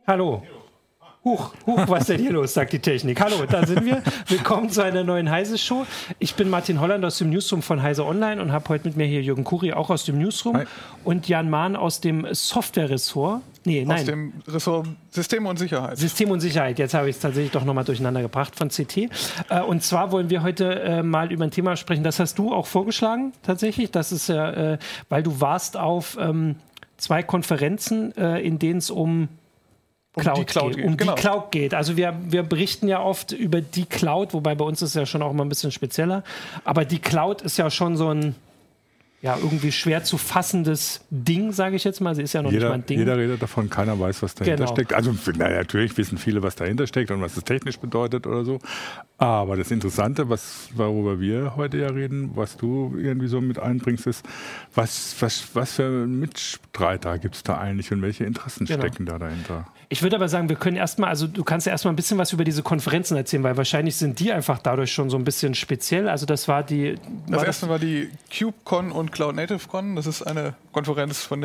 Hallo. Huch, was ist denn hier los, sagt die Technik. Hallo, da sind wir. Willkommen zu einer neuen Heise-Show. Ich bin Martin Holland aus dem Newsroom von Heise Online und habe heute mit mir hier Jürgen Kuri, auch aus dem Newsroom. Hi. Und Jan Mahn aus dem Software-Ressort. Aus dem Ressort System und Sicherheit. System und Sicherheit. Jetzt habe ich es tatsächlich doch nochmal durcheinander gebracht von CT. Und zwar wollen wir heute mal über ein Thema sprechen. Das hast du auch vorgeschlagen, tatsächlich. Das ist ja, weil du warst auf 2 Konferenzen, in denen es um die Cloud geht. Also wir berichten ja oft über die Cloud, wobei bei uns ist es ja schon auch immer ein bisschen spezieller. Aber die Cloud ist ja schon so ein irgendwie schwer zu fassendes Ding, sage ich jetzt mal. Sie ist ja noch nicht mal ein Ding. Jeder redet davon, keiner weiß, was dahinter steckt. Also natürlich wissen viele, was dahinter steckt und was es technisch bedeutet oder so. Aber das Interessante, worüber wir heute ja reden, was du irgendwie so mit einbringst, ist, was für Mitstreiter gibt es da eigentlich und welche Interessen stecken da dahinter? Ich würde aber sagen, wir können erstmal, also du kannst ja erstmal ein bisschen was über diese Konferenzen erzählen, weil wahrscheinlich sind die einfach dadurch schon so ein bisschen speziell. Also das war die... Das erste war die KubeCon und Cloud Native Con. Das ist eine Konferenz von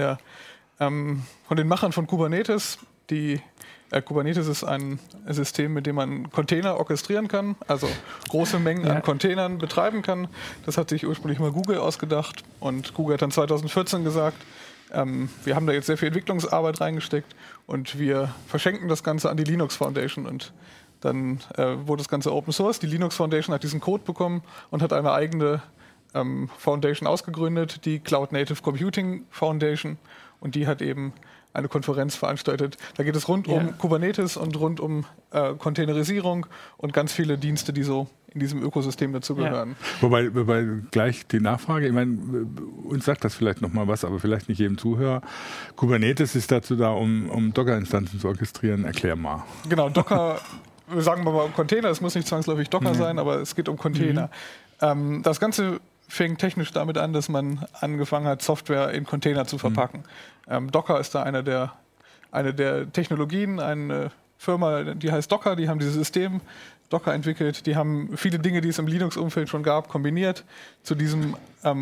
den Machern von Kubernetes. Kubernetes ist ein System, mit dem man Container orchestrieren kann, also große Mengen an Containern betreiben kann. Das hat sich ursprünglich mal Google ausgedacht und Google hat dann 2014 gesagt, wir haben da jetzt sehr viel Entwicklungsarbeit reingesteckt und wir verschenken das Ganze an die Linux Foundation. Und dann wurde das Ganze Open Source. Die Linux Foundation hat diesen Code bekommen und hat eine eigene Foundation ausgegründet, die Cloud Native Computing Foundation. Und die hat eben eine Konferenz veranstaltet. Da geht es rund um Kubernetes und rund um Containerisierung und ganz viele Dienste, die so in diesem Ökosystem dazugehören. Wobei gleich die Nachfrage, ich meine, uns sagt das vielleicht nochmal was, aber vielleicht nicht jedem Zuhörer. Kubernetes ist dazu da, um Docker-Instanzen zu orchestrieren. Erklär mal. Genau, Docker, sagen wir mal Container, es muss nicht zwangsläufig Docker sein, aber es geht um Container. Das Ganze fing technisch damit an, dass man angefangen hat, Software in Container zu verpacken. Docker ist da eine der Technologien, eine Firma, die heißt Docker, die haben dieses System Docker entwickelt, die haben viele Dinge, die es im Linux-Umfeld schon gab, kombiniert zu diesem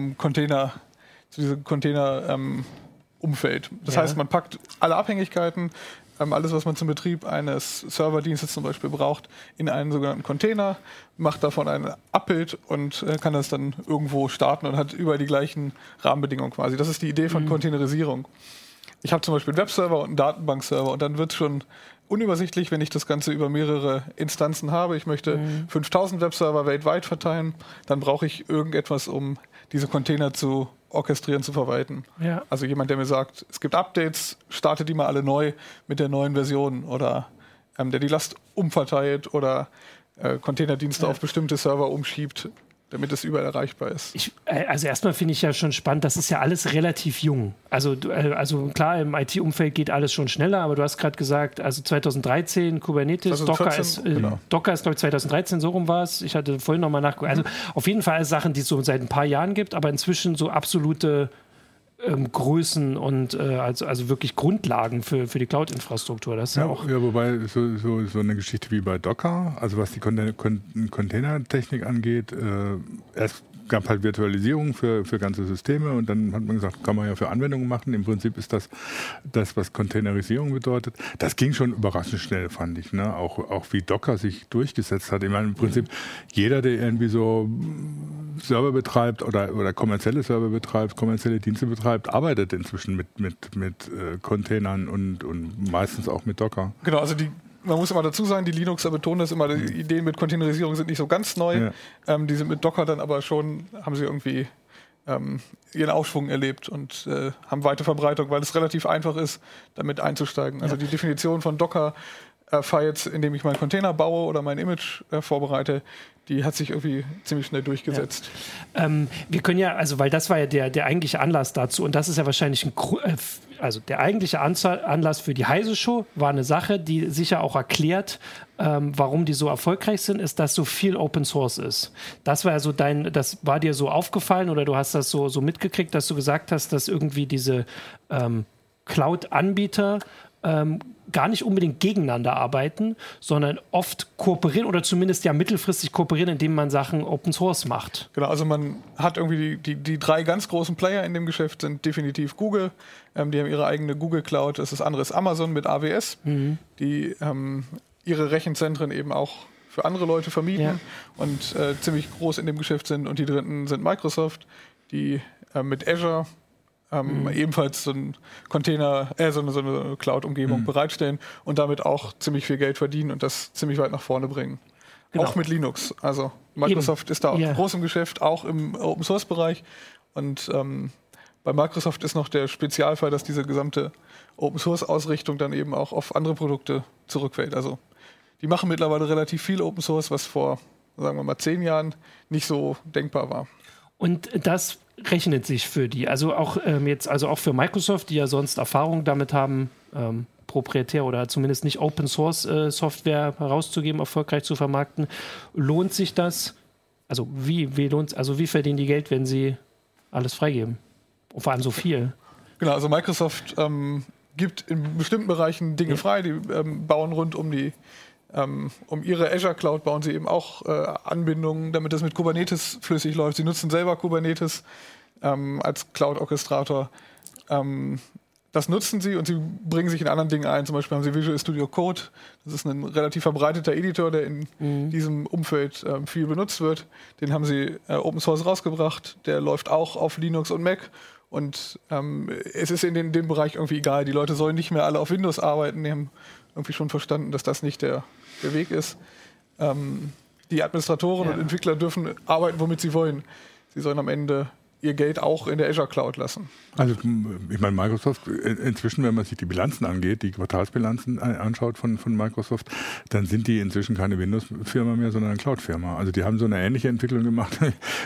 Container-Umfeld. Das heißt, man packt alle Abhängigkeiten, alles, was man zum Betrieb eines Serverdienstes zum Beispiel braucht, in einen sogenannten Container, macht davon ein Abbild und kann das dann irgendwo starten und hat überall die gleichen Rahmenbedingungen quasi. Das ist die Idee von Containerisierung. Ich habe zum Beispiel einen Webserver und einen Datenbankserver und dann wird es schon unübersichtlich, wenn ich das Ganze über mehrere Instanzen habe. Ich möchte 5000 Webserver weltweit verteilen, dann brauche ich irgendetwas, um diese Container zu orchestrieren, zu verwalten. Ja. Also jemand, der mir sagt, es gibt Updates, startet die mal alle neu mit der neuen Version oder der die Last umverteilt oder Containerdienste auf bestimmte Server umschiebt, damit es überall erreichbar ist. Also erstmal finde ich ja schon spannend, das ist ja alles relativ jung. Also klar, im IT-Umfeld geht alles schon schneller, aber du hast gerade gesagt, also 2013 Kubernetes, 2014, Docker ist glaube ich 2013, so rum war es. Ich hatte vorhin nochmal nachgeguckt. Also auf jeden Fall Sachen, die es so seit ein paar Jahren gibt, aber inzwischen so absolute Größen und also wirklich Grundlagen für die Cloud-Infrastruktur. Das ist wobei so eine Geschichte wie bei Docker, also was die Containertechnik angeht, erst gab halt Virtualisierung für ganze Systeme und dann hat man gesagt, kann man ja für Anwendungen machen. Im Prinzip ist das, was Containerisierung bedeutet. Das ging schon überraschend schnell, fand ich. Ne? Auch wie Docker sich durchgesetzt hat. Ich meine, im Prinzip jeder, der irgendwie so Server betreibt oder kommerzielle Server betreibt, kommerzielle Dienste betreibt, arbeitet inzwischen mit Containern und meistens auch mit Docker. Genau, also man muss immer dazu sagen, die Linuxer betonen das immer, die Ideen mit Containerisierung sind nicht so ganz neu. Ja. Die sind mit Docker dann aber schon, haben sie irgendwie ihren Aufschwung erlebt und haben weite Verbreitung, weil es relativ einfach ist, damit einzusteigen. Also die Definition von Docker-Files, indem ich meinen Container baue oder mein Image vorbereite, die hat sich irgendwie ziemlich schnell durchgesetzt. Ja. Wir können ja, also weil das war ja der eigentliche Anlass dazu und das ist ja wahrscheinlich also der eigentliche Anlass für die Heise-Show war eine Sache, die sicher auch erklärt, warum die so erfolgreich sind, ist, dass so viel Open Source ist. Das war ja so das war dir so aufgefallen oder du hast das so mitgekriegt, dass du gesagt hast, dass irgendwie diese Cloud-Anbieter gar nicht unbedingt gegeneinander arbeiten, sondern oft kooperieren oder zumindest ja mittelfristig kooperieren, indem man Sachen Open Source macht. Genau, also man hat irgendwie die drei ganz großen Player in dem Geschäft sind definitiv Google, die haben ihre eigene Google Cloud, das andere ist Amazon mit AWS, die ihre Rechenzentren eben auch für andere Leute vermieten und ziemlich groß in dem Geschäft sind, und die dritten sind Microsoft, die mit Azure ebenfalls so ein Container, so eine Cloud-Umgebung bereitstellen und damit auch ziemlich viel Geld verdienen und das ziemlich weit nach vorne bringen. Genau. Auch mit Linux. Also Microsoft ist da auch groß im Geschäft, auch im Open-Source-Bereich. Und bei Microsoft ist noch der Spezialfall, dass diese gesamte Open-Source-Ausrichtung dann eben auch auf andere Produkte zurückfällt. Also die machen mittlerweile relativ viel Open-Source, was vor, sagen wir mal, 10 Jahren nicht so denkbar war. Und das rechnet sich für die, also auch auch für Microsoft, die ja sonst Erfahrung damit haben, proprietär oder zumindest nicht Open Source Software herauszugeben, erfolgreich zu vermarkten. Lohnt sich das? Also wie verdienen die Geld, wenn sie alles freigeben? Und vor allem so viel. Genau, also Microsoft gibt in bestimmten Bereichen Dinge frei, die bauen rund um ihre Azure Cloud bauen sie eben auch Anbindungen, damit das mit Kubernetes flüssig läuft. Sie nutzen selber Kubernetes als Cloud-Orchestrator. Das nutzen sie und sie bringen sich in anderen Dingen ein. Zum Beispiel haben sie Visual Studio Code. Das ist ein relativ verbreiteter Editor, der in diesem Umfeld viel benutzt wird. Den haben sie Open Source rausgebracht. Der läuft auch auf Linux und Mac. Und es ist in dem Bereich irgendwie egal. Die Leute sollen nicht mehr alle auf Windows arbeiten. Die haben irgendwie schon verstanden, dass das nicht der Weg ist. Die Administratoren und Entwickler dürfen arbeiten, womit sie wollen. Sie sollen am Ende ihr Geld auch in der Azure Cloud lassen. Also ich meine, Microsoft, inzwischen, wenn man sich die Bilanzen angeht, die Quartalsbilanzen anschaut von Microsoft, dann sind die inzwischen keine Windows-Firma mehr, sondern eine Cloud-Firma. Also die haben so eine ähnliche Entwicklung gemacht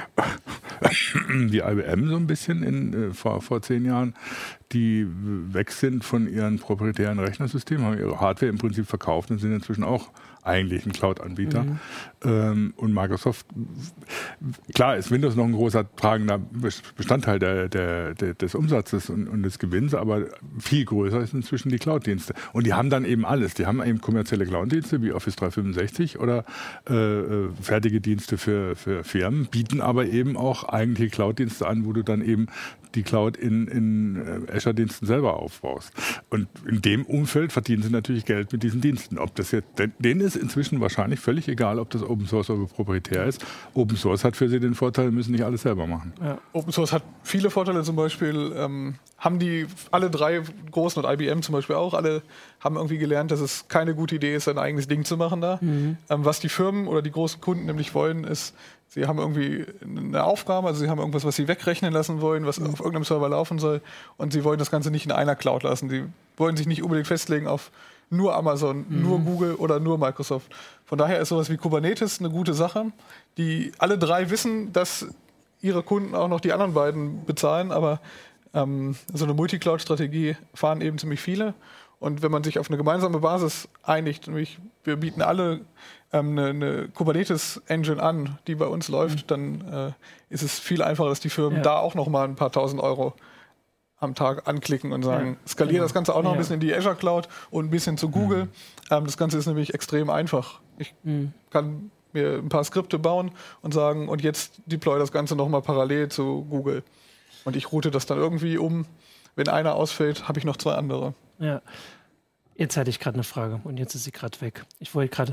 wie IBM so ein bisschen vor 10 Jahren, die weg sind von ihren proprietären Rechnersystemen, haben ihre Hardware im Prinzip verkauft und sind inzwischen auch eigentlich ein Cloud-Anbieter. Und Microsoft, klar ist Windows noch ein großer tragender Bestandteil des Umsatzes und des Gewinns, aber viel größer ist inzwischen die Cloud-Dienste. Und die haben dann eben alles. Die haben eben kommerzielle Cloud-Dienste wie Office 365 oder fertige Dienste für Firmen, bieten aber eben auch eigentliche Cloud-Dienste an, wo du dann eben die Cloud in Azure-Diensten selber aufbaust. Und in dem Umfeld verdienen sie natürlich Geld mit diesen Diensten. Ob das jetzt, denen ist inzwischen wahrscheinlich völlig egal, ob das Open Source oder proprietär ist. Open Source hat für sie den Vorteil, müssen nicht alles selber machen. Ja. Open Source hat viele Vorteile, zum Beispiel haben die alle drei großen und IBM zum Beispiel auch, alle haben irgendwie gelernt, dass es keine gute Idee ist, ein eigenes Ding zu machen da. Was die Firmen oder die großen Kunden nämlich wollen, ist, sie haben irgendwie eine Aufgabe, also sie haben irgendwas, was sie wegrechnen lassen wollen, was auf irgendeinem Server laufen soll, und sie wollen das Ganze nicht in einer Cloud lassen. Sie wollen sich nicht unbedingt festlegen auf nur Amazon, nur Google oder nur Microsoft. Von daher ist sowas wie Kubernetes eine gute Sache. Die alle drei wissen, dass ihre Kunden auch noch die anderen beiden bezahlen, aber so eine Multi-Cloud-Strategie fahren eben ziemlich viele. Und wenn man sich auf eine gemeinsame Basis einigt, nämlich wir bieten alle eine Kubernetes-Engine an, die bei uns läuft, dann ist es viel einfacher, dass die Firmen da auch noch mal ein paar tausend Euro am Tag anklicken und sagen, skaliere das Ganze auch noch ein bisschen in die Azure Cloud und ein bisschen zu Google. Das Ganze ist nämlich extrem einfach. Ich kann mir ein paar Skripte bauen und sagen, und jetzt deploy das Ganze noch mal parallel zu Google. Und ich route das dann irgendwie um. Wenn einer ausfällt, habe ich noch 2 andere. Ja. Jetzt hatte ich gerade eine Frage und jetzt ist sie gerade weg. Ich wollte gerade,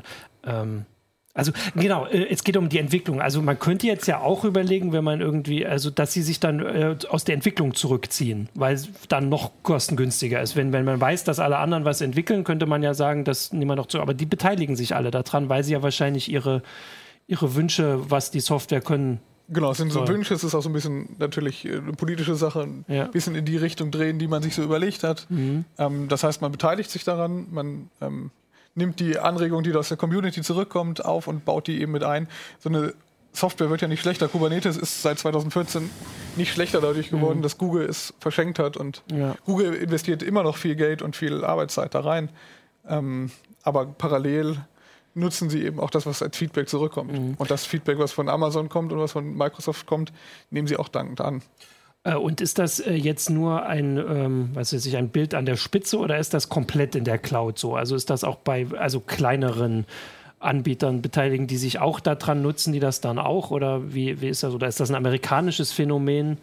es geht um die Entwicklung. Also man könnte jetzt ja auch überlegen, wenn man irgendwie, also dass sie sich dann aus der Entwicklung zurückziehen, weil es dann noch kostengünstiger ist. Wenn man weiß, dass alle anderen was entwickeln, könnte man ja sagen, das nehmen wir noch zu. Aber die beteiligen sich alle daran, weil sie ja wahrscheinlich ihre Wünsche, was die Software können. Genau, es sind so Wünsche, es ist auch so ein bisschen natürlich eine politische Sache, ein bisschen in die Richtung drehen, die man sich so überlegt hat. Das heißt, man beteiligt sich daran, man nimmt die Anregung, die aus der Community zurückkommt, auf und baut die eben mit ein. So eine Software wird ja nicht schlechter. Kubernetes ist seit 2014 nicht schlechter dadurch geworden, dass Google es verschenkt hat. Und Google investiert immer noch viel Geld und viel Arbeitszeit da rein. Aber parallel nutzen sie eben auch das, was als Feedback zurückkommt. Und das Feedback, was von Amazon kommt und was von Microsoft kommt, nehmen sie auch dankend an. Und ist das jetzt nur ein Bild an der Spitze oder ist das komplett in der Cloud so? Also ist das auch bei kleineren Anbietern beteiligen, die sich auch daran nutzen, die das dann auch? Oder wie ist das? Oder ist das ein amerikanisches Phänomen?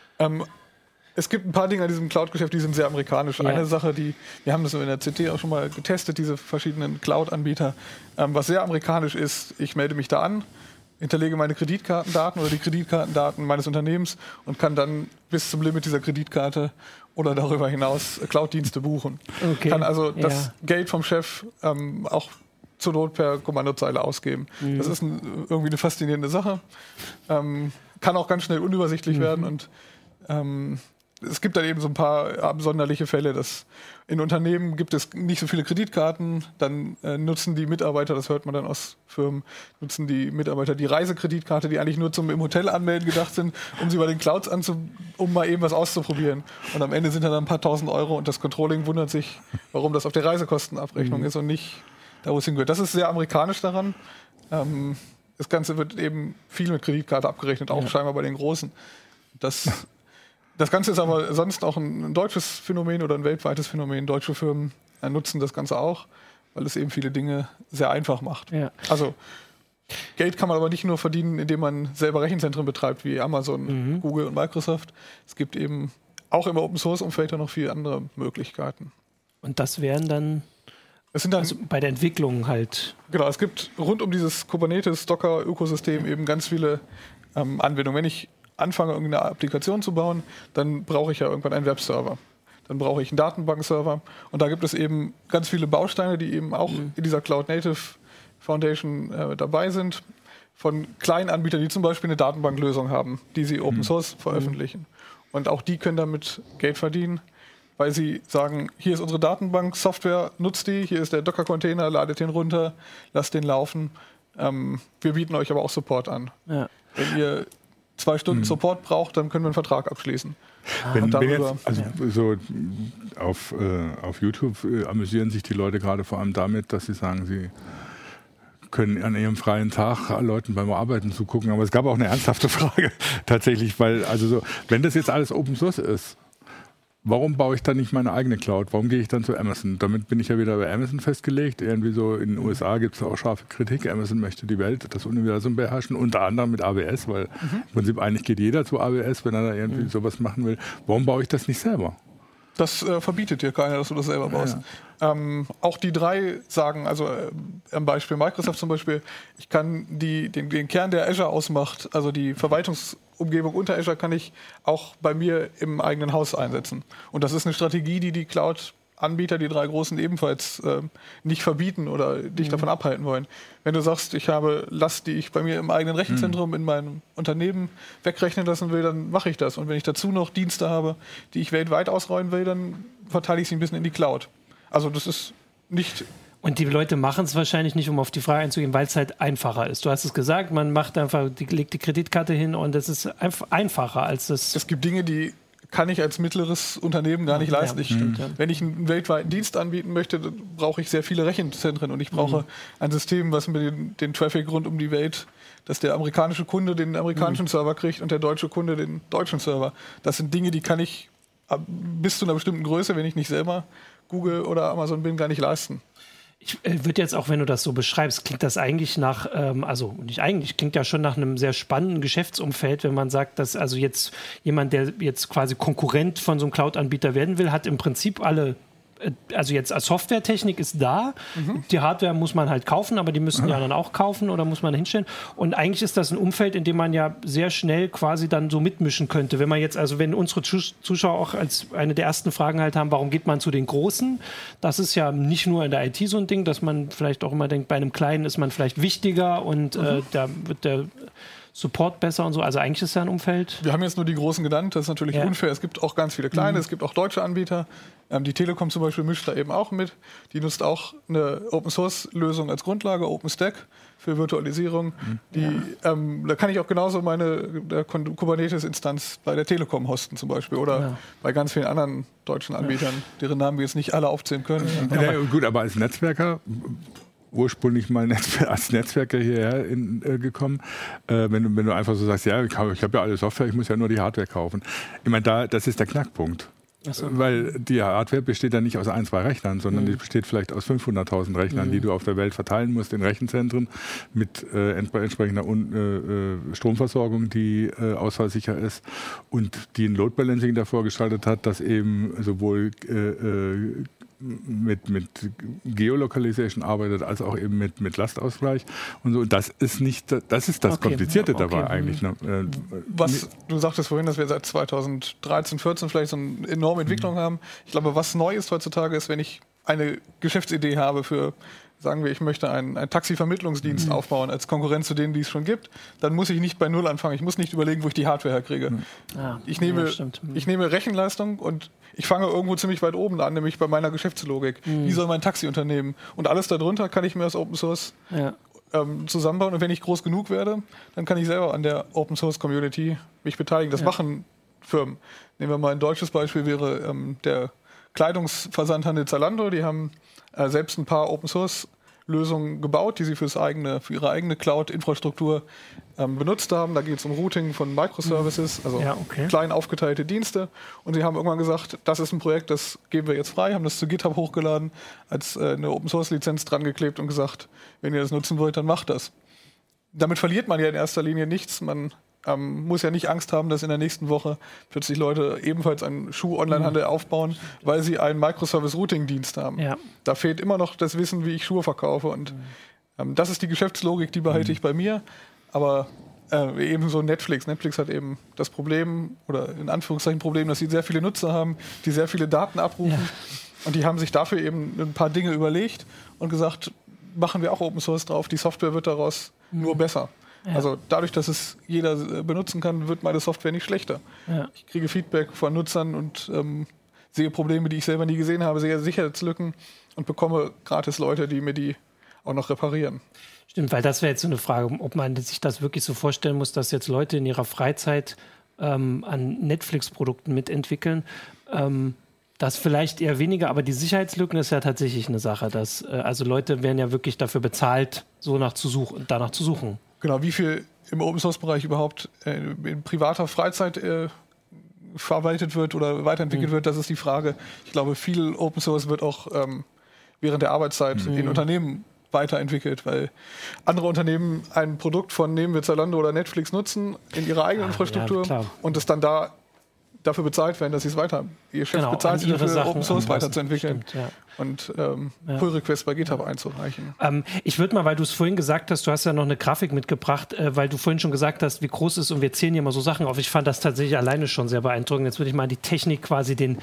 Es gibt ein paar Dinge an diesem Cloud-Geschäft, die sind sehr amerikanisch. Ja. Eine Sache, wir haben das in der CT auch schon mal getestet, diese verschiedenen Cloud-Anbieter. Was sehr amerikanisch ist, ich melde mich da an, hinterlege meine Kreditkartendaten oder die Kreditkartendaten meines Unternehmens und kann dann bis zum Limit dieser Kreditkarte oder darüber hinaus Cloud-Dienste buchen. Okay. Kann also das Geld vom Chef auch zur Not per Kommandozeile ausgeben. Das ist irgendwie eine faszinierende Sache. Kann auch ganz schnell unübersichtlich werden und es gibt dann eben so ein paar absonderliche Fälle, dass in Unternehmen gibt es nicht so viele Kreditkarten, dann nutzen die Mitarbeiter, das hört man dann aus Firmen, nutzen die Mitarbeiter die Reisekreditkarte, die eigentlich nur zum im Hotel anmelden gedacht sind, um sie bei den Clouds um mal eben was auszuprobieren. Und am Ende sind dann ein paar tausend Euro und das Controlling wundert sich, warum das auf der Reisekostenabrechnung ist und nicht da, wo es hingehört. Das ist sehr amerikanisch daran. Das Ganze wird eben viel mit Kreditkarte abgerechnet, auch scheinbar bei den Großen. Das Ganze ist aber sonst auch ein deutsches Phänomen oder ein weltweites Phänomen. Deutsche Firmen nutzen das Ganze auch, weil es eben viele Dinge sehr einfach macht. Ja. Also Geld kann man aber nicht nur verdienen, indem man selber Rechenzentren betreibt, wie Amazon, Google und Microsoft. Es gibt eben auch im Open-Source-Umfeld noch viele andere Möglichkeiten. Und das wären dann... Es sind dann bei der Entwicklung halt... Genau, es gibt rund um dieses Kubernetes-Docker-Ökosystem eben ganz viele Anwendungen. Wenn ich anfange, irgendeine Applikation zu bauen, dann brauche ich ja irgendwann einen Webserver. Dann brauche ich einen Datenbankserver. Und da gibt es eben ganz viele Bausteine, die eben auch in dieser Cloud Native Foundation dabei sind. Von kleinen Anbietern, die zum Beispiel eine Datenbanklösung haben, die sie Open Source veröffentlichen. Und auch die können damit Geld verdienen, weil sie sagen, hier ist unsere Datenbank-Software, nutzt die, hier ist der Docker-Container, ladet den runter, lasst den laufen. Wir bieten euch aber auch Support an. Ja. Wenn ihr 2 Stunden Support braucht, dann können wir einen Vertrag abschließen. Wenn jetzt, also so auf YouTube amüsieren sich die Leute gerade vor allem damit, dass sie sagen, sie können an ihrem freien Tag Leuten beim Arbeiten zugucken. Aber es gab auch eine ernsthafte Frage tatsächlich, weil wenn das jetzt alles Open Source ist, warum baue ich dann nicht meine eigene Cloud? Warum gehe ich dann zu Amazon? Damit bin ich ja wieder bei Amazon festgelegt. Irgendwie so in den USA gibt es auch scharfe Kritik. Amazon möchte die Welt, das Universum beherrschen, unter anderem mit AWS, weil im Prinzip eigentlich geht jeder zu AWS, wenn er da irgendwie sowas machen will. Warum baue ich das nicht selber? Das verbietet dir keiner, dass du das selber baust. Ja. Auch die 3 sagen, also am Beispiel Microsoft zum Beispiel, ich kann den Kern, der Azure ausmacht, also die Verwaltungsumgebung unter Azure, kann ich auch bei mir im eigenen Haus einsetzen. Und das ist eine Strategie, die Cloud-Anbieter, die 3 großen, ebenfalls nicht verbieten oder dich davon abhalten wollen. Wenn du sagst, ich habe Last, die ich bei mir im eigenen Rechenzentrum in meinem Unternehmen wegrechnen lassen will, dann mache ich das. Und wenn ich dazu noch Dienste habe, die ich weltweit ausrollen will, dann verteile ich sie ein bisschen in die Cloud. Also das ist nicht... Und die Leute machen es wahrscheinlich nicht, um auf die Frage einzugehen, weil es halt einfacher ist. Du hast es gesagt, man macht einfach, legt die Kreditkarte hin und es ist einfacher als das... Es gibt Dinge, die kann ich als mittleres Unternehmen gar nicht leisten. Wenn ich einen weltweiten Dienst anbieten möchte, brauche ich sehr viele Rechenzentren und ich brauche ein System, was mir den Traffic rund um die Welt, dass der amerikanische Kunde den amerikanischen Server kriegt und der deutsche Kunde den deutschen Server. Das sind Dinge, die kann ich bis zu einer bestimmten Größe, wenn ich nicht selber Google oder Amazon bin, gar nicht leisten. Ich würde jetzt auch, wenn du das so beschreibst, klingt das eigentlich nach, klingt ja schon nach einem sehr spannenden Geschäftsumfeld, wenn man sagt, dass also jetzt jemand, der jetzt quasi Konkurrent von so einem Cloud-Anbieter werden will, hat im Prinzip alle, also jetzt als Softwaretechnik ist da, die Hardware muss man halt kaufen, aber die müssen ja dann auch kaufen oder muss man hinstellen. Und eigentlich ist das ein Umfeld, in dem man ja sehr schnell quasi dann so mitmischen könnte. Wenn man jetzt, also wenn unsere Zuschauer auch als eine der ersten Fragen halt haben, warum geht man zu den Großen? Das ist ja nicht nur in der IT so ein Ding, dass man vielleicht auch immer denkt, bei einem Kleinen ist man vielleicht wichtiger und da wird der Support besser und so. Also eigentlich ist ja ein Umfeld... Wir haben jetzt nur die Großen genannt, das ist natürlich unfair. Es gibt auch ganz viele kleine, es gibt auch deutsche Anbieter. Die Telekom zum Beispiel mischt da eben auch mit. Die nutzt auch eine Open-Source-Lösung als Grundlage, OpenStack für Virtualisierung. Da kann ich auch genauso meine Kubernetes-Instanz bei der Telekom hosten zum Beispiel oder bei ganz vielen anderen deutschen Anbietern, deren Namen wir jetzt nicht alle aufzählen können. Gut, aber als Netzwerker ursprünglich mal als Netzwerker hierher gekommen. Wenn du einfach so sagst, ja, ich habe ja alle Software, ich muss ja nur die Hardware kaufen. Ich meine, das ist der Knackpunkt. So. Weil die Hardware besteht ja nicht aus 1, 2 Rechnern, sondern die besteht vielleicht aus 500.000 Rechnern, die du auf der Welt verteilen musst in Rechenzentren mit entsprechender Stromversorgung, die ausfallsicher ist und die ein Load Balancing davor gestaltet hat, das eben sowohl mit Geolocalization arbeitet, als auch eben mit Lastausgleich und so. Das ist das Komplizierte dabei eigentlich. Ne? Du sagtest vorhin, dass wir seit 2013, 14 vielleicht so eine enorme Entwicklung haben. Ich glaube, was neu ist heutzutage, ist, wenn ich eine Geschäftsidee habe für, sagen wir, ich möchte einen Taxivermittlungsdienst aufbauen als Konkurrenz zu denen, die es schon gibt, dann muss ich nicht bei Null anfangen. Ich muss nicht überlegen, wo ich die Hardware herkriege. Ich nehme Rechenleistung und ich fange irgendwo ziemlich weit oben an, nämlich bei meiner Geschäftslogik. Wie soll mein Taxiunternehmen? Und alles darunter kann ich mir als Open Source zusammenbauen. Und wenn ich groß genug werde, dann kann ich selber an der Open Source Community mich beteiligen. Das machen Firmen. Nehmen wir mal ein deutsches Beispiel, wäre der Kleidungsversandhandel Zalando. Die haben selbst ein paar Open Source Lösungen gebaut, die sie für ihre eigene Cloud-Infrastruktur benutzt haben. Da geht es um Routing von Microservices, also klein aufgeteilte Dienste. Und sie haben irgendwann gesagt, das ist ein Projekt, das geben wir jetzt frei, haben das zu GitHub hochgeladen, als eine Open-Source-Lizenz dran geklebt und gesagt, wenn ihr das nutzen wollt, dann macht das. Damit verliert man ja in erster Linie nichts. Man muss ja nicht Angst haben, dass in der nächsten Woche plötzlich Leute ebenfalls einen Schuh-Online-Handel aufbauen, weil sie einen Microservice-Routing-Dienst haben. Ja. Da fehlt immer noch das Wissen, wie ich Schuhe verkaufe. Und das ist die Geschäftslogik, die behalte ich bei mir. Aber ebenso Netflix. Netflix hat eben das Problem, oder in Anführungszeichen Problem, dass sie sehr viele Nutzer haben, die sehr viele Daten abrufen. Ja. Und die haben sich dafür eben ein paar Dinge überlegt und gesagt, machen wir auch Open Source drauf, die Software wird daraus nur besser. Ja. Also dadurch, dass es jeder benutzen kann, wird meine Software nicht schlechter. Ja. Ich kriege Feedback von Nutzern und sehe Probleme, die ich selber nie gesehen habe, sehe Sicherheitslücken und bekomme gratis Leute, die mir die auch noch reparieren. Stimmt, weil das wäre jetzt so eine Frage, ob man sich das wirklich so vorstellen muss, dass jetzt Leute in ihrer Freizeit an Netflix-Produkten mitentwickeln. Das vielleicht eher weniger, aber die Sicherheitslücken ist ja tatsächlich eine Sache. Dass, also Leute werden ja wirklich dafür bezahlt, danach zu suchen. Genau, wie viel im Open-Source-Bereich überhaupt in privater Freizeit verwaltet wird oder weiterentwickelt wird, das ist die Frage. Ich glaube, viel Open-Source wird auch während der Arbeitszeit in Unternehmen weiterentwickelt, weil andere Unternehmen ein Produkt von, nehmen wir Zalando oder Netflix, nutzen in ihrer eigenen Infrastruktur und es dann dafür bezahlt werden, dass sie es ihr Chef bezahlt sie dafür, Open Source weiterzuentwickeln. Stimmt, und Pull-Requests bei GitHub einzureichen. Ich würde mal, weil du es vorhin gesagt hast, du hast ja noch eine Grafik mitgebracht, weil du vorhin schon gesagt hast, wie groß es ist und wir zählen hier mal so Sachen auf. Ich fand das tatsächlich alleine schon sehr beeindruckend. Jetzt würde ich mal an die Technik quasi den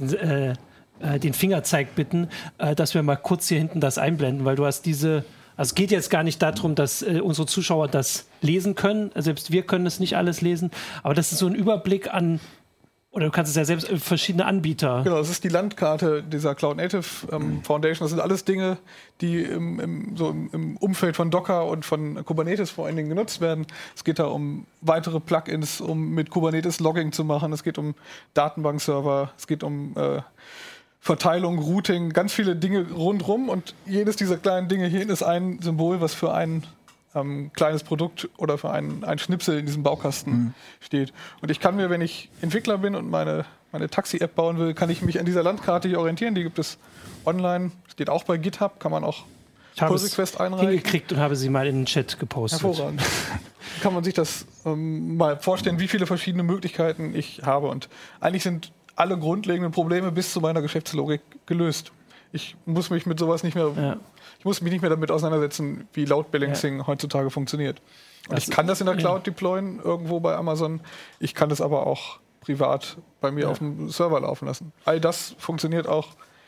Fingerzeig bitten, dass wir mal kurz hier hinten das einblenden, weil du hast Also es geht jetzt gar nicht darum, dass unsere Zuschauer das lesen können. Selbst wir können es nicht alles lesen. Aber das ist so ein Überblick an, oder du kannst es ja selbst verschiedene Anbieter. Genau, das ist die Landkarte dieser Cloud Native Foundation. Das sind alles Dinge, die im Umfeld von Docker und von Kubernetes vor allen Dingen genutzt werden. Es geht da um weitere Plugins, um mit Kubernetes Logging zu machen. Es geht um Datenbankserver. Es geht um Verteilung, Routing, ganz viele Dinge rundrum. Und jedes dieser kleinen Dinge hier ist ein Symbol, was für ein kleines Produkt oder für ein Schnipsel in diesem Baukasten steht. Und ich kann mir, wenn ich Entwickler bin und meine Taxi-App bauen will, kann ich mich an dieser Landkarte hier orientieren. Die gibt es online, steht auch bei GitHub, kann man auch Pull-Request einreichen. Hingekriegt und habe sie mal in den Chat gepostet. Hervorragend. Kann man sich das mal vorstellen, wie viele verschiedene Möglichkeiten ich habe. Und eigentlich sind alle grundlegenden Probleme bis zu meiner Geschäftslogik gelöst. Ich muss mich mit sowas nicht mehr... Ich muss mich nicht mehr damit auseinandersetzen, wie Load Balancing heutzutage funktioniert. Und ich kann das in der Cloud deployen, irgendwo bei Amazon. Ich kann das aber auch privat bei mir auf dem Server laufen lassen. All das funktioniert auch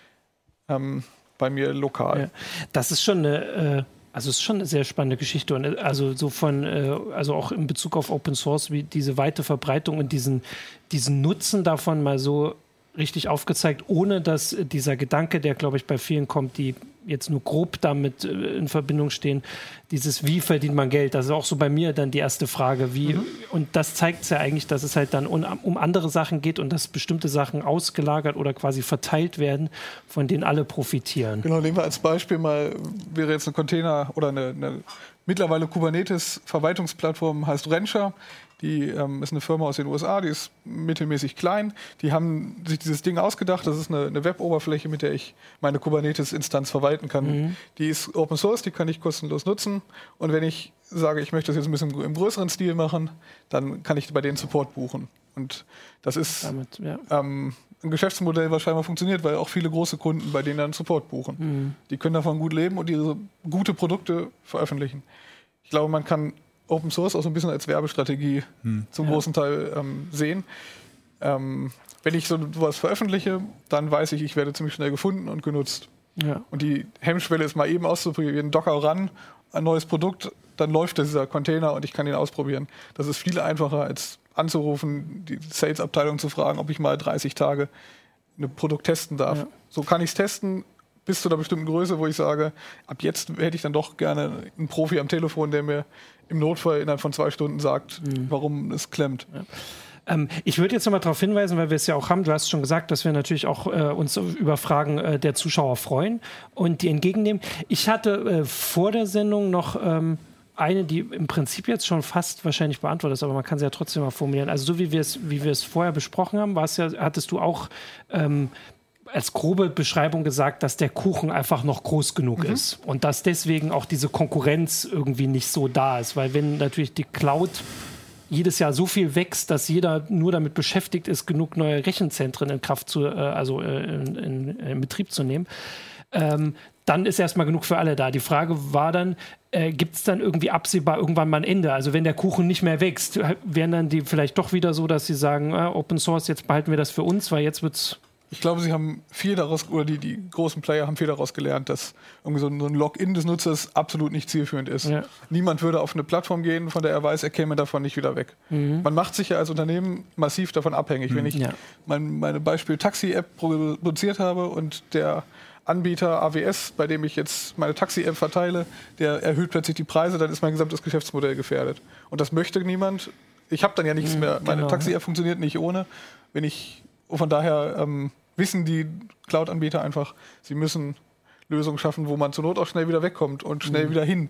bei mir lokal. Ja. Das ist schon eine sehr spannende Geschichte. Und also so also auch in Bezug auf Open Source, wie diese weite Verbreitung und diesen Nutzen davon mal so richtig aufgezeigt, ohne dass dieser Gedanke, der, glaube ich, bei vielen kommt, die jetzt nur grob damit in Verbindung stehen, dieses wie verdient man Geld, das ist auch so bei mir dann die erste Frage, wie, und das zeigt es ja eigentlich, dass es halt dann um andere Sachen geht und dass bestimmte Sachen ausgelagert oder quasi verteilt werden, von denen alle profitieren. Genau, nehmen wir als Beispiel mal, wäre jetzt ein Container oder eine mittlerweile Kubernetes-Verwaltungsplattform, heißt Rancher. Die ist eine Firma aus den USA, die ist mittelmäßig klein. Die haben sich dieses Ding ausgedacht. Das ist eine Web-Oberfläche, mit der ich meine Kubernetes-Instanz verwalten kann. Die ist Open Source, die kann ich kostenlos nutzen. Und wenn ich sage, ich möchte das jetzt ein bisschen im größeren Stil machen, dann kann ich bei denen Support buchen. Und das ist ein Geschäftsmodell, was scheinbar funktioniert, weil auch viele große Kunden bei denen dann Support buchen. Die können davon gut leben und diese gute Produkte veröffentlichen. Ich glaube, man kann Open Source auch so ein bisschen als Werbestrategie zum großen Teil sehen. Wenn ich sowas veröffentliche, dann weiß ich, ich werde ziemlich schnell gefunden und genutzt. Ja. Und die Hemmschwelle ist mal eben auszuprobieren, Docker ran, ein neues Produkt, dann läuft dieser Container und ich kann ihn ausprobieren. Das ist viel einfacher, als anzurufen, die Sales-Abteilung zu fragen, ob ich mal 30 Tage ein Produkt testen darf. Ja. So kann ich es testen, bis zu einer bestimmten Größe, wo ich sage, ab jetzt hätte ich dann doch gerne einen Profi am Telefon, der mir im Notfall innerhalb von 2 Stunden sagt, warum es klemmt. Ja. Ich würde jetzt noch mal darauf hinweisen, weil wir es ja auch haben, du hast schon gesagt, dass wir natürlich auch uns über Fragen der Zuschauer freuen und die entgegennehmen. Ich hatte vor der Sendung noch eine, die im Prinzip jetzt schon fast wahrscheinlich beantwortet ist, aber man kann sie ja trotzdem mal formulieren. Also so wie wir es vorher besprochen haben, hattest du auch als grobe Beschreibung gesagt, dass der Kuchen einfach noch groß genug ist und dass deswegen auch diese Konkurrenz irgendwie nicht so da ist, weil wenn natürlich die Cloud jedes Jahr so viel wächst, dass jeder nur damit beschäftigt ist, genug neue Rechenzentren in Betrieb zu nehmen, dann ist erstmal genug für alle da. Die Frage war dann, gibt es dann irgendwie absehbar irgendwann mal ein Ende? Also wenn der Kuchen nicht mehr wächst, wären dann die vielleicht doch wieder so, dass sie sagen, Open Source, jetzt behalten wir das für uns, weil jetzt wird's. Ich glaube, sie haben viel daraus, oder die großen Player haben viel daraus gelernt, dass irgendwie so ein Login des Nutzers absolut nicht zielführend ist. Ja. Niemand würde auf eine Plattform gehen, von der er weiß, er käme davon nicht wieder weg. Man macht sich ja als Unternehmen massiv davon abhängig. Wenn ich meine Beispiel Taxi-App produziert habe und der Anbieter AWS, bei dem ich jetzt meine Taxi-App verteile, der erhöht plötzlich die Preise, dann ist mein gesamtes Geschäftsmodell gefährdet. Und das möchte niemand. Ich habe dann ja nichts mehr. Meine Taxi-App funktioniert nicht ohne. Von daher wissen die Cloud-Anbieter einfach, sie müssen Lösungen schaffen, wo man zur Not auch schnell wieder wegkommt und schnell wieder hin.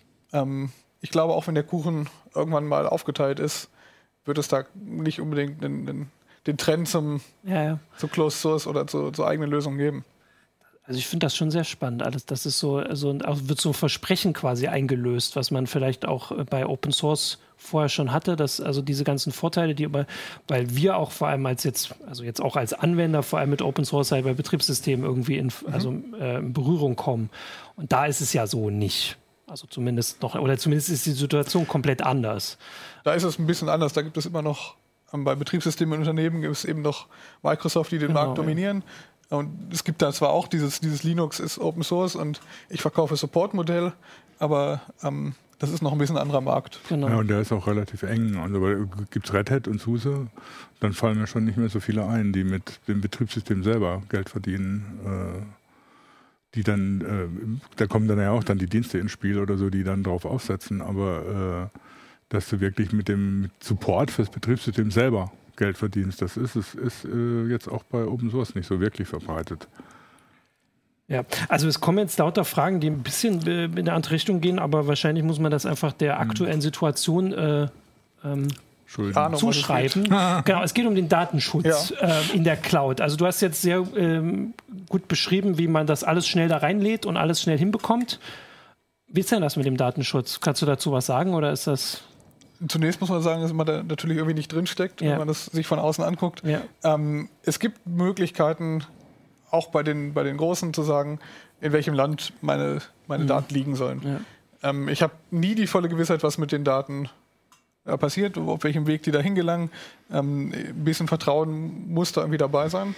Ich glaube, auch wenn der Kuchen irgendwann mal aufgeteilt ist, wird es da nicht unbedingt den Trend zu Closed Source oder zu eigenen Lösungen geben. Also ich finde das schon sehr spannend. Alles, das ist wird so ein Versprechen quasi eingelöst, was man vielleicht auch bei Open Source vorher schon hatte, dass also diese ganzen Vorteile, weil wir auch vor allem jetzt auch als Anwender vor allem mit Open Source halt bei Betriebssystemen irgendwie in Berührung kommen. Und da ist es ja so nicht. Also zumindest ist die Situation komplett anders. Da ist es ein bisschen anders. Da gibt es immer noch, bei Betriebssystemen in Unternehmen gibt es eben noch Microsoft, die den Markt dominieren. Ja. Und es gibt da zwar auch dieses Linux ist Open Source und ich verkaufe Support-Modell, aber das ist noch ein bisschen ein anderer Markt. Genau. Ja, und der ist auch relativ eng. Also gibt es Red Hat und SUSE, dann fallen mir schon nicht mehr so viele ein, die mit dem Betriebssystem selber Geld verdienen. Die dann, da kommen dann ja auch dann die Dienste ins Spiel oder so, die dann drauf aufsetzen. Aber dass du wirklich mit dem Support fürs Betriebssystem selber Geld verdienst, das ist jetzt auch bei Open Source nicht so wirklich verbreitet. Ja, also es kommen jetzt lauter Fragen, die ein bisschen in eine andere Richtung gehen, aber wahrscheinlich muss man das einfach der aktuellen Situation zuschreiben. Genau, es geht um den Datenschutz in der Cloud. Also du hast jetzt sehr gut beschrieben, wie man das alles schnell da reinlädt und alles schnell hinbekommt. Wie ist denn das mit dem Datenschutz? Kannst du dazu was sagen oder ist das... Zunächst muss man sagen, dass man da natürlich irgendwie nicht drinsteckt, wenn man das sich von außen anguckt. Ja. Es gibt Möglichkeiten, auch bei den Großen zu sagen, in welchem Land meine Daten liegen sollen. Ja. Ich habe nie die volle Gewissheit, was mit den Daten passiert, auf welchem Weg die da hingelangen. Ein bisschen Vertrauen muss da irgendwie dabei sein.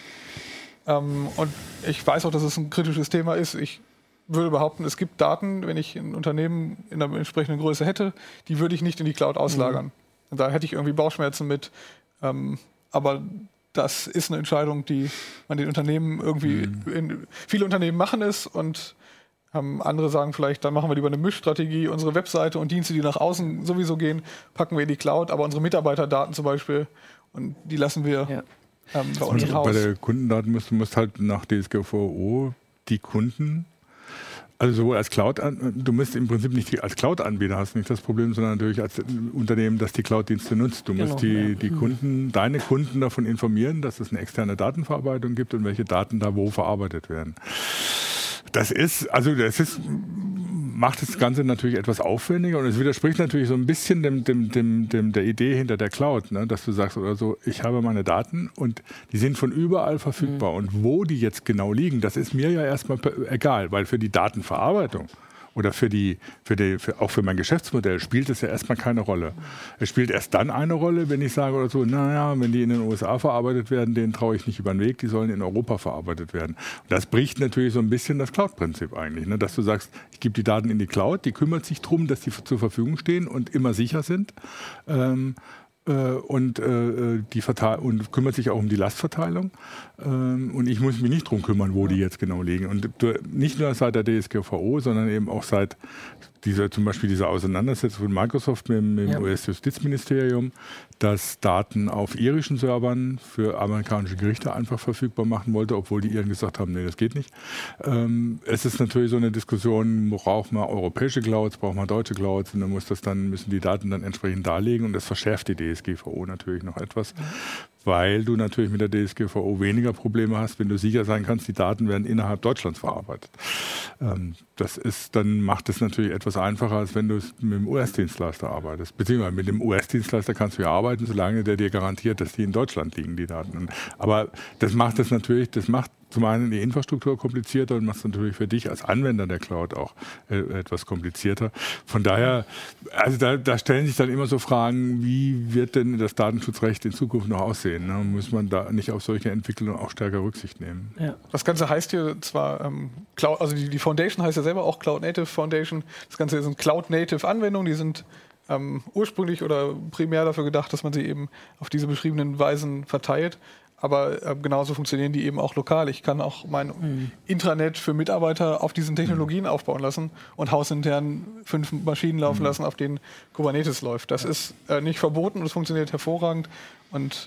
Und ich weiß auch, dass es ein kritisches Thema ist. Ich würde behaupten, es gibt Daten, wenn ich ein Unternehmen in einer entsprechenden Größe hätte, die würde ich nicht in die Cloud auslagern. Und da hätte ich irgendwie Bauchschmerzen mit. Aber das ist eine Entscheidung, die man den Unternehmen irgendwie, viele Unternehmen machen es und andere sagen vielleicht, dann machen wir lieber eine Mischstrategie, unsere Webseite und Dienste, die nach außen sowieso gehen, packen wir in die Cloud, aber unsere Mitarbeiterdaten zum Beispiel, und die lassen wir bei uns im Haus. Bei der Kundendaten musst halt nach DSGVO die Kunden, also sowohl als Cloud, du musst im Prinzip nicht als Cloud-Anbieter hast nicht das Problem, sondern natürlich als Unternehmen, das die Cloud-Dienste nutzt. Du musst die Kunden, deine Kunden davon informieren, dass es eine externe Datenverarbeitung gibt und welche Daten da wo verarbeitet werden. Macht das Ganze natürlich etwas aufwendiger und es widerspricht natürlich so ein bisschen der Idee hinter der Cloud, ne? Dass du sagst oder so, ich habe meine Daten und die sind von überall verfügbar und wo die jetzt genau liegen, das ist mir ja erstmal egal, weil für die Datenverarbeitung oder auch für mein Geschäftsmodell spielt es ja erstmal keine Rolle. Es spielt erst dann eine Rolle, wenn ich sage oder so, naja, wenn die in den USA verarbeitet werden, denen traue ich nicht über den Weg, die sollen in Europa verarbeitet werden. Und das bricht natürlich so ein bisschen das Cloud-Prinzip eigentlich, ne? Dass du sagst, ich gebe die Daten in die Cloud, die kümmert sich darum, dass die zur Verfügung stehen und immer sicher sind. Und kümmert sich auch um die Lastverteilung. Und ich muss mich nicht darum kümmern, wo die jetzt genau liegen. Und nicht nur seit der DSGVO, sondern eben auch seit zum Beispiel diese Auseinandersetzung von Microsoft mit dem US-Justizministerium, das Daten auf irischen Servern für amerikanische Gerichte einfach verfügbar machen wollte, obwohl die Iren gesagt haben, nee, das geht nicht. Es ist natürlich so eine Diskussion, braucht man europäische Clouds, braucht man deutsche Clouds und dann müssen die Daten dann entsprechend darlegen und das verschärft die DSGVO natürlich noch etwas. Weil du natürlich mit der DSGVO weniger Probleme hast, wenn du sicher sein kannst, die Daten werden innerhalb Deutschlands verarbeitet. Dann macht es natürlich etwas einfacher, als wenn du mit dem US-Dienstleister arbeitest. Beziehungsweise mit dem US-Dienstleister kannst du ja arbeiten, solange der dir garantiert, dass die in Deutschland liegen, die Daten. Aber das macht zum einen die Infrastruktur komplizierter und macht es natürlich für dich als Anwender der Cloud auch etwas komplizierter. Von daher, also da stellen sich dann immer so Fragen, wie wird denn das Datenschutzrecht in Zukunft noch aussehen? Ne? Muss man da nicht auf solche Entwicklungen auch stärker Rücksicht nehmen? Ja. Das Ganze heißt hier zwar Cloud, also die Foundation heißt ja selber auch Cloud Native Foundation. Das Ganze sind Cloud Native Anwendungen, die sind ursprünglich oder primär dafür gedacht, dass man sie eben auf diese beschriebenen Weisen verteilt. Aber genauso funktionieren die eben auch lokal. Ich kann auch mein Intranet für Mitarbeiter auf diesen Technologien aufbauen lassen und hausintern 5 Maschinen laufen lassen, auf denen Kubernetes läuft. Das ist nicht verboten und es funktioniert hervorragend. Und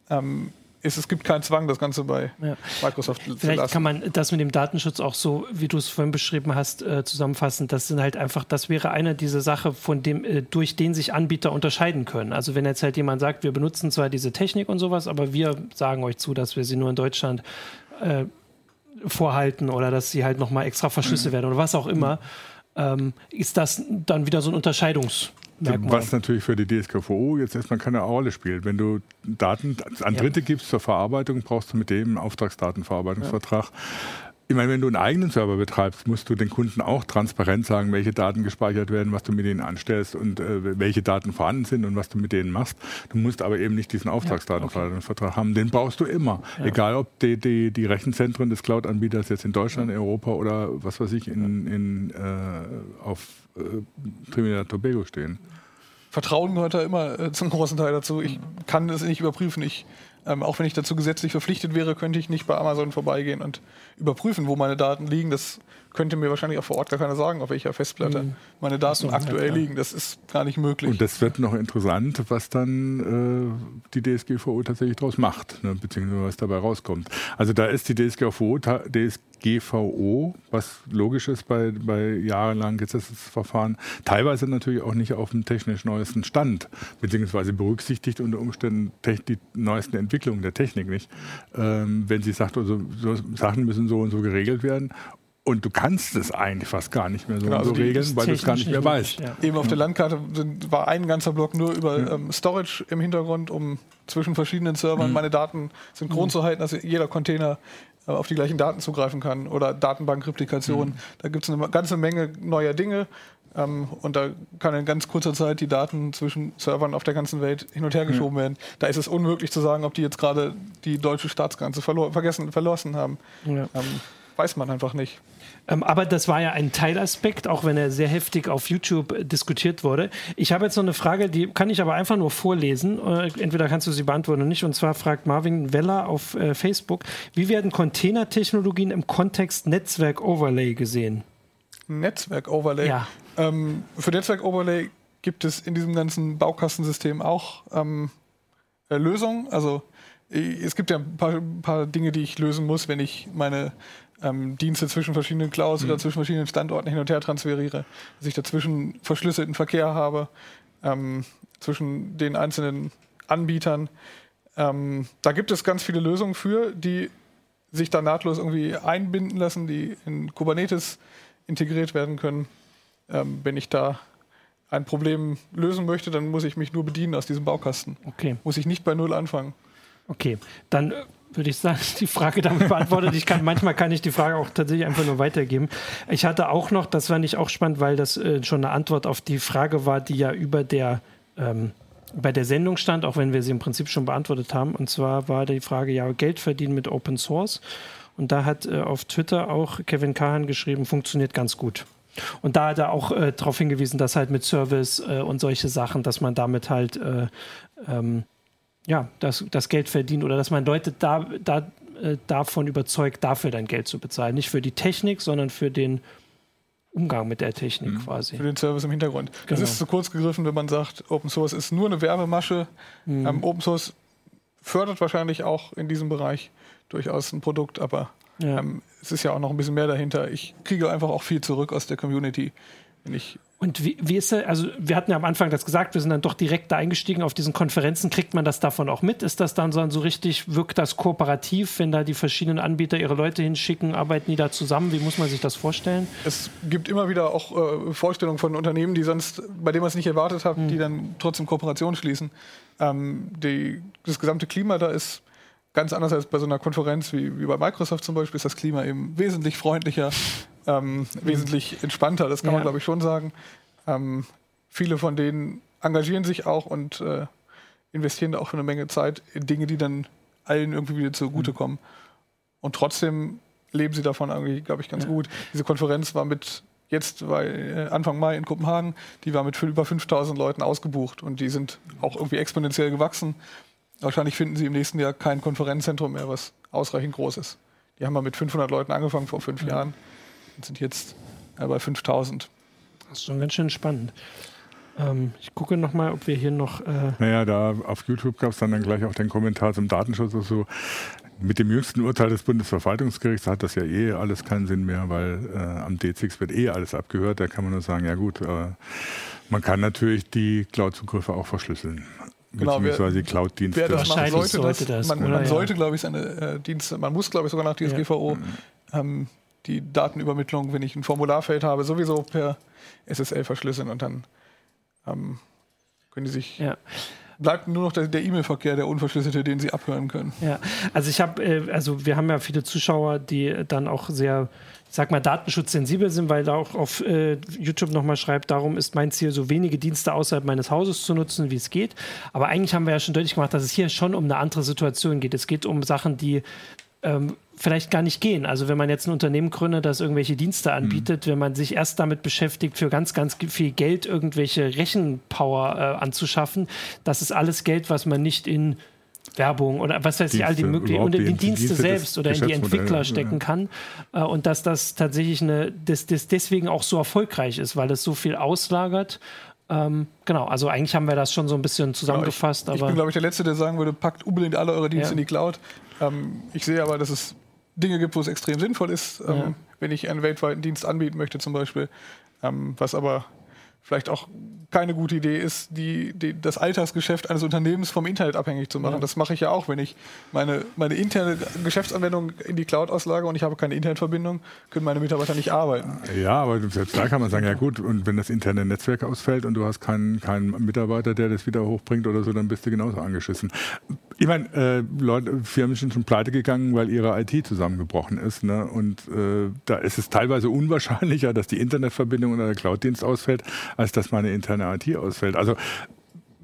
es gibt keinen Zwang, das Ganze bei Microsoft zu lassen. Vielleicht kann man das mit dem Datenschutz auch so, wie du es vorhin beschrieben hast, zusammenfassen. Das wäre eine dieser Sachen, durch den sich Anbieter unterscheiden können. Also wenn jetzt halt jemand sagt, wir benutzen zwar diese Technik und sowas, aber wir sagen euch zu, dass wir sie nur in Deutschland vorhalten oder dass sie halt nochmal extra verschlüsselt werden oder was auch immer, ist das dann wieder so ein Unterscheidungsmerkmal. Was natürlich für die DSGVO jetzt erstmal keine Rolle spielt. Wenn du Daten an Dritte gibst zur Verarbeitung, brauchst du mit dem einen Auftragsdatenverarbeitungsvertrag. Ich meine, wenn du einen eigenen Server betreibst, musst du den Kunden auch transparent sagen, welche Daten gespeichert werden, was du mit denen anstellst und welche Daten vorhanden sind und was du mit denen machst. Du musst aber eben nicht diesen Auftragsdatenverarbeitungsvertrag haben. Den brauchst du immer. Ja. Egal, ob die Rechenzentren des Cloud-Anbieters jetzt in Deutschland, in Europa oder was weiß ich, auf Trinidad und Tobago stehen. Vertrauen gehört da immer zum großen Teil dazu. Ich kann es nicht überprüfen. Auch wenn ich dazu gesetzlich verpflichtet wäre, könnte ich nicht bei Amazon vorbeigehen und überprüfen, wo meine Daten liegen. Das könnte mir wahrscheinlich auch vor Ort gar keiner sagen, auf welcher Festplatte meine Daten aktuell liegen. Das ist gar nicht möglich. Und das wird noch interessant, was dann die DSGVO tatsächlich daraus macht, ne, beziehungsweise was dabei rauskommt. Also da ist die DSGVO, was logisch ist bei jahrelang Gesetzesverfahren, teilweise natürlich auch nicht auf dem technisch neuesten Stand, beziehungsweise berücksichtigt unter Umständen die neuesten Entwicklungen der Technik nicht. Wenn sie sagt, also, so Sachen müssen so und so geregelt werden. Und du kannst es eigentlich fast gar nicht mehr so regeln, weil du es gar nicht mehr weißt. Ja. Eben auf der Landkarte war ein ganzer Block nur über Storage im Hintergrund, um zwischen verschiedenen Servern meine Daten synchron zu halten, dass jeder Container auf die gleichen Daten zugreifen kann oder Datenbankreplikation. Da gibt es eine ganze Menge neuer Dinge. Und da kann in ganz kurzer Zeit die Daten zwischen Servern auf der ganzen Welt hin und her geschoben werden. Da ist es unmöglich zu sagen, ob die jetzt gerade die deutsche Staatsgrenze verlassen haben. Ja. weiß man einfach nicht. Aber das war ja ein Teilaspekt, auch wenn er sehr heftig auf YouTube diskutiert wurde. Ich habe jetzt noch eine Frage, die kann ich aber einfach nur vorlesen. Entweder kannst du sie beantworten oder nicht. Und zwar fragt Marvin Weller auf Facebook, wie werden Containertechnologien im Kontext Netzwerk-Overlay gesehen? Netzwerk-Overlay? Ja. Für Netzwerk-Overlay gibt es in diesem ganzen Baukastensystem auch Lösungen. Also es gibt ja ein paar Dinge, die ich lösen muss, wenn ich meine Dienste zwischen verschiedenen Clouds oder zwischen verschiedenen Standorten hin und her transferiere, dass ich dazwischen verschlüsselten Verkehr habe, zwischen den einzelnen Anbietern. Da gibt es ganz viele Lösungen für, die sich da nahtlos irgendwie einbinden lassen, die in Kubernetes integriert werden können. Wenn ich da ein Problem lösen möchte, dann muss ich mich nur bedienen aus diesem Baukasten. Okay. Muss ich nicht bei Null anfangen. Okay, dann würde ich sagen, die Frage damit beantwortet. Manchmal kann ich die Frage auch tatsächlich einfach nur weitergeben. Ich hatte auch noch, das fand ich auch spannend, weil das schon eine Antwort auf die Frage war, die ja bei der Sendung stand, auch wenn wir sie im Prinzip schon beantwortet haben. Und zwar war die Frage, ja, Geld verdienen mit Open Source. Und da hat auf Twitter auch Kevin Kahan geschrieben, funktioniert ganz gut. Und da hat er auch darauf hingewiesen, dass halt mit Service und solche Sachen, dass man damit halt das Geld verdient oder dass man Leute davon überzeugt, dafür dann Geld zu bezahlen. Nicht für die Technik, sondern für den Umgang mit der Technik quasi. Für den Service im Hintergrund. Genau. Das ist zu kurz gegriffen, wenn man sagt, Open Source ist nur eine Werbemasche. Open Source fördert wahrscheinlich auch in diesem Bereich durchaus ein Produkt, aber es ist ja auch noch ein bisschen mehr dahinter. Ich kriege einfach auch viel zurück aus der Community, wenn ich. Und wie ist das? Also wir hatten ja am Anfang das gesagt, wir sind dann doch direkt da eingestiegen auf diesen Konferenzen. Kriegt man das davon auch mit? Ist das dann so richtig, wirkt das kooperativ, wenn da die verschiedenen Anbieter ihre Leute hinschicken, arbeiten die da zusammen? Wie muss man sich das vorstellen? Es gibt immer wieder auch Vorstellungen von Unternehmen, bei denen man es nicht erwartet hat, die dann trotzdem Kooperation schließen. Das gesamte Klima da ist ganz anders als bei so einer Konferenz wie bei Microsoft zum Beispiel, ist das Klima eben wesentlich freundlicher, wesentlich entspannter, das kann man glaube ich schon sagen. Viele von denen engagieren sich auch und investieren da auch schon eine Menge Zeit in Dinge, die dann allen irgendwie wieder zugutekommen. Und trotzdem leben sie davon irgendwie, glaube ich, ganz gut. Diese Konferenz war Anfang Mai in Kopenhagen, die war mit über 5.000 Leuten ausgebucht und die sind auch irgendwie exponentiell gewachsen. Wahrscheinlich finden sie im nächsten Jahr kein Konferenzzentrum mehr, was ausreichend groß ist. Die haben mal mit 500 Leuten angefangen vor 5 Jahren und sind jetzt bei 5.000. Das ist schon ganz schön spannend. Ich gucke noch mal, ob wir hier noch... Da auf YouTube gab es dann gleich auch den Kommentar zum Datenschutz und so. Mit dem jüngsten Urteil des Bundesverwaltungsgerichts hat das ja alles keinen Sinn mehr, weil am D6 wird alles abgehört. Da kann man nur sagen, ja gut, man kann natürlich die Cloud-Zugriffe auch verschlüsseln. Genau, beziehungsweise die Cloud-Dienste. Wer das macht, man sollte, glaube ich, seine Dienste, man muss, glaube ich, sogar nach DSGVO die Datenübermittlung, wenn ich ein Formularfeld habe, sowieso per SSL verschlüsseln und dann können die sich... Bleibt nur noch der E-Mail-Verkehr, der unverschlüsselte, den sie abhören können. Ja, also wir haben ja viele Zuschauer, die dann auch sehr, ich sag mal, datenschutzsensibel sind, weil da auch auf YouTube nochmal schreibt, darum ist mein Ziel, so wenige Dienste außerhalb meines Hauses zu nutzen, wie es geht. Aber eigentlich haben wir ja schon deutlich gemacht, dass es hier schon um eine andere Situation geht. Es geht um Sachen, die vielleicht gar nicht gehen. Also wenn man jetzt ein Unternehmen gründet, das irgendwelche Dienste anbietet, wenn man sich erst damit beschäftigt, für ganz, ganz viel Geld irgendwelche Rechenpower anzuschaffen, das ist alles Geld, was man nicht in Werbung oder was weiß ich, all die möglichen, und in die Dienste selbst oder in die Entwickler stecken kann. Und dass das tatsächlich deswegen auch so erfolgreich ist, weil es so viel auslagert. Genau, also eigentlich haben wir das schon so ein bisschen zusammengefasst. Ich bin, glaube ich, der Letzte, der sagen würde, packt unbedingt alle eure Dienste in die Cloud. Ich sehe aber, dass es Dinge gibt, wo es extrem sinnvoll ist, wenn ich einen weltweiten Dienst anbieten möchte zum Beispiel, was aber vielleicht auch keine gute Idee ist, das Alltagsgeschäft eines Unternehmens vom Internet abhängig zu machen. Ja. Das mache ich ja auch, wenn ich meine interne Geschäftsanwendung in die Cloud auslage und ich habe keine Internetverbindung, können meine Mitarbeiter nicht arbeiten. Ja, aber selbst da kann man sagen, ja gut, und wenn das interne Netzwerk ausfällt und du hast keinen Mitarbeiter, der das wieder hochbringt oder so, dann bist du genauso angeschissen. Ich meine, Firmen sind schon pleite gegangen, weil ihre IT zusammengebrochen ist. Ne? Und da ist es teilweise unwahrscheinlicher, dass die Internetverbindung oder der Cloud-Dienst ausfällt, als dass meine interne IT ausfällt. Also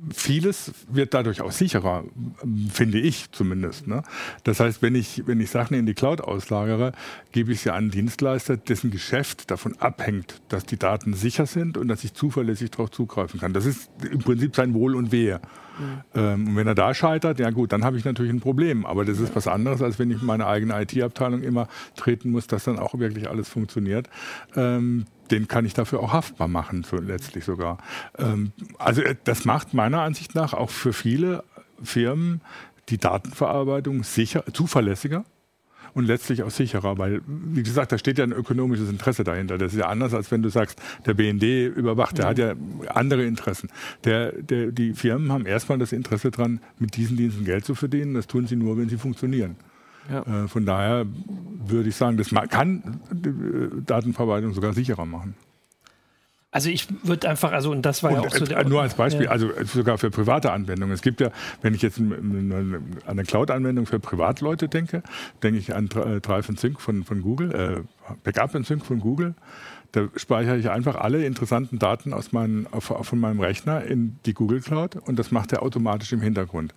vieles wird dadurch auch sicherer, finde ich zumindest. Ne? Das heißt, wenn ich Sachen in die Cloud auslagere, gebe ich sie an einen Dienstleister, dessen Geschäft davon abhängt, dass die Daten sicher sind und dass ich zuverlässig darauf zugreifen kann. Das ist im Prinzip sein Wohl und Wehe. Und wenn er da scheitert, ja gut, dann habe ich natürlich ein Problem. Aber das ist was anderes, als wenn ich meine eigene IT-Abteilung immer treten muss, dass dann auch wirklich alles funktioniert. Den kann ich dafür auch haftbar machen, letztlich sogar. Also das macht meiner Ansicht nach auch für viele Firmen die Datenverarbeitung zuverlässiger und letztlich auch sicherer, weil, wie gesagt, da steht ja ein ökonomisches Interesse dahinter. Das ist ja anders, als wenn du sagst, der BND überwacht, der hat ja andere Interessen. Die Firmen haben erstmal das Interesse daran, mit diesen Diensten Geld zu verdienen. Das tun sie nur, wenn sie funktionieren. Ja. Von daher würde ich sagen, das kann Datenverarbeitung sogar sicherer machen. Also ich würde einfach, und das war ja auch so der... Nur als Beispiel, also sogar für private Anwendungen. Es gibt ja, wenn ich jetzt an eine Cloud-Anwendung für Privatleute denke ich an Drive and Sync von Google, Backup and Sync von Google. Da speichere ich einfach alle interessanten Daten von meinem Rechner in die Google Cloud und das macht er automatisch im Hintergrund.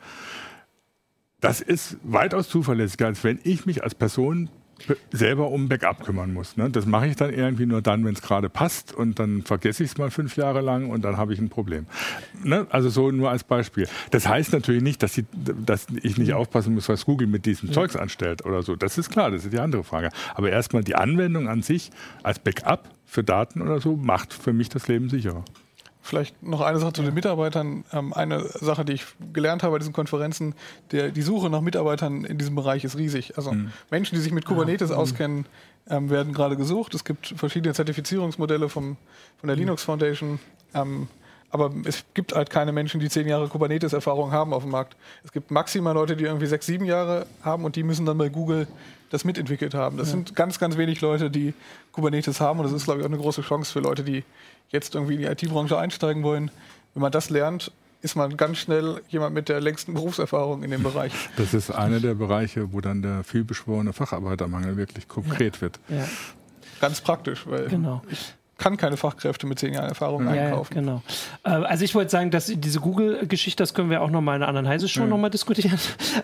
Das ist weitaus zuverlässiger, als wenn ich mich als Person selber um Backup kümmern muss. Ne? Das mache ich dann irgendwie nur dann, wenn es gerade passt und dann vergesse ich es mal 5 Jahre lang und dann habe ich ein Problem. Ne? Also so nur als Beispiel. Das heißt natürlich nicht, dass ich nicht aufpassen muss, was Google mit diesem Zeugs anstellt oder so. Das ist klar, das ist die andere Frage. Aber erstmal die Anwendung an sich als Backup für Daten oder so macht für mich das Leben sicherer. Vielleicht noch eine Sache zu den Mitarbeitern. Eine Sache, die ich gelernt habe bei diesen Konferenzen, die Suche nach Mitarbeitern in diesem Bereich ist riesig. Also Menschen, die sich mit Kubernetes auskennen, werden gerade gesucht. Es gibt verschiedene Zertifizierungsmodelle von der Linux Foundation. Aber es gibt halt keine Menschen, die 10 Jahre Kubernetes-Erfahrung haben auf dem Markt. Es gibt maximal Leute, die irgendwie 6, 7 Jahre haben und die müssen dann bei Google das mitentwickelt haben. Das sind ganz, ganz wenig Leute, die Kubernetes haben und das ist, glaube ich, auch eine große Chance für Leute, die jetzt irgendwie in die IT-Branche einsteigen wollen. Wenn man das lernt, ist man ganz schnell jemand mit der längsten Berufserfahrung in dem Bereich. Das ist einer der Bereiche, wo dann der vielbeschworene Facharbeitermangel wirklich konkret wird. Ja. Ganz praktisch, weil ich kann keine Fachkräfte mit 10 Jahren Erfahrung einkaufen. Ja, genau. Also ich wollte sagen, dass diese Google-Geschichte, das können wir auch noch mal in einer anderen Heise-Show noch mal diskutieren.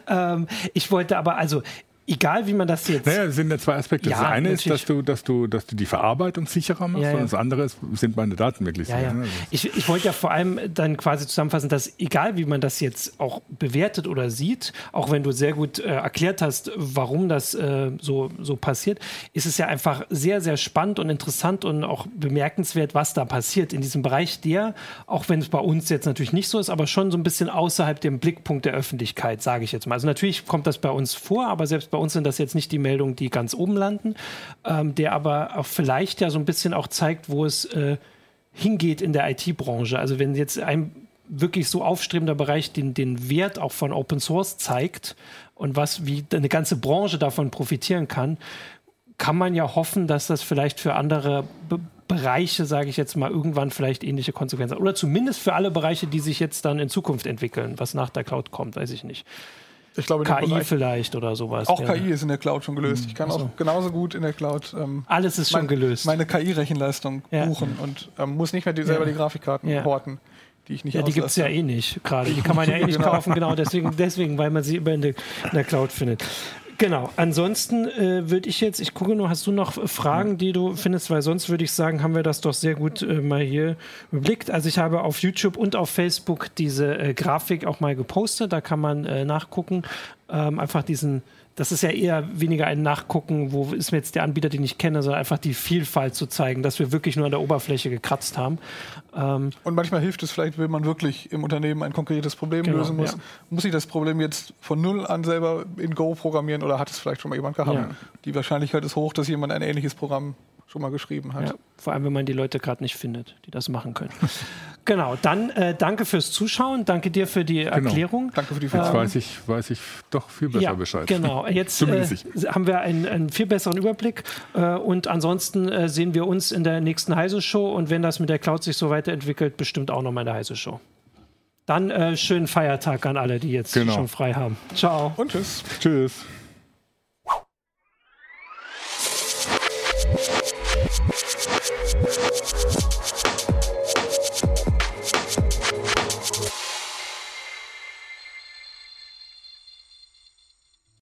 Ich wollte aber, egal wie man das jetzt... Naja, es sind ja 2 Aspekte. Das eine ist, dass du die Verarbeitung sicherer machst und das andere ist, sind meine Daten wirklich sicher. Ja. Ich wollte ja vor allem dann quasi zusammenfassen, dass egal wie man das jetzt auch bewertet oder sieht, auch wenn du sehr gut erklärt hast, warum das so passiert, ist es ja einfach sehr, sehr spannend und interessant und auch bemerkenswert, was da passiert in diesem Bereich, der, auch wenn es bei uns jetzt natürlich nicht so ist, aber schon so ein bisschen außerhalb dem Blickpunkt der Öffentlichkeit, sage ich jetzt mal. Also natürlich kommt das bei uns vor, aber selbst bei uns sind das jetzt nicht die Meldungen, die ganz oben landen, der aber auch vielleicht ja so ein bisschen auch zeigt, wo es hingeht in der IT-Branche. Also wenn jetzt ein wirklich so aufstrebender Bereich den Wert auch von Open Source zeigt und wie eine ganze Branche davon profitieren kann man ja hoffen, dass das vielleicht für andere Bereiche, sage ich jetzt mal, irgendwann vielleicht ähnliche Konsequenzen hat. Oder zumindest für alle Bereiche, die sich jetzt dann in Zukunft entwickeln, was nach der Cloud kommt, weiß ich nicht. Ich glaube, KI vielleicht oder sowas. Auch KI ist in der Cloud schon gelöst. Ich kann auch genauso gut in der Cloud alles ist schon gelöst. Meine KI-Rechenleistung buchen und muss nicht mehr selber die Grafikkarten horten, die ich nicht auslasse. Die gibt es ja eh nicht gerade. Die kann man ja eh nicht kaufen, genau deswegen, weil man sie immer in der Cloud findet. Genau, ansonsten würde ich gucke noch, hast du noch Fragen, die du findest, weil sonst würde ich sagen, haben wir das doch sehr gut mal hier überblickt. Also ich habe auf YouTube und auf Facebook diese Grafik auch mal gepostet, da kann man nachgucken, einfach das ist ja eher weniger ein Nachgucken, wo ist mir jetzt der Anbieter, den ich kenne, sondern einfach die Vielfalt zu zeigen, dass wir wirklich nur an der Oberfläche gekratzt haben. Und manchmal hilft es vielleicht, wenn man wirklich im Unternehmen ein konkretes Problem lösen muss. Ja. Muss ich das Problem jetzt von Null an selber in Go programmieren oder hat es vielleicht schon mal jemand gehabt? Ja. Die Wahrscheinlichkeit ist hoch, dass jemand ein ähnliches Programm schon mal geschrieben hat. Ja, vor allem, wenn man die Leute gerade nicht findet, die das machen können. Genau, dann danke fürs Zuschauen, danke dir für die Erklärung. Danke für die Frage. Jetzt weiß ich doch viel besser Bescheid. Genau, jetzt haben wir einen viel besseren Überblick und ansonsten sehen wir uns in der nächsten Heise-Show und wenn das mit der Cloud sich so weiterentwickelt, bestimmt auch nochmal in der Heise-Show. Dann schönen Feiertag an alle, die jetzt schon frei haben. Ciao. Und tschüss. Tschüss.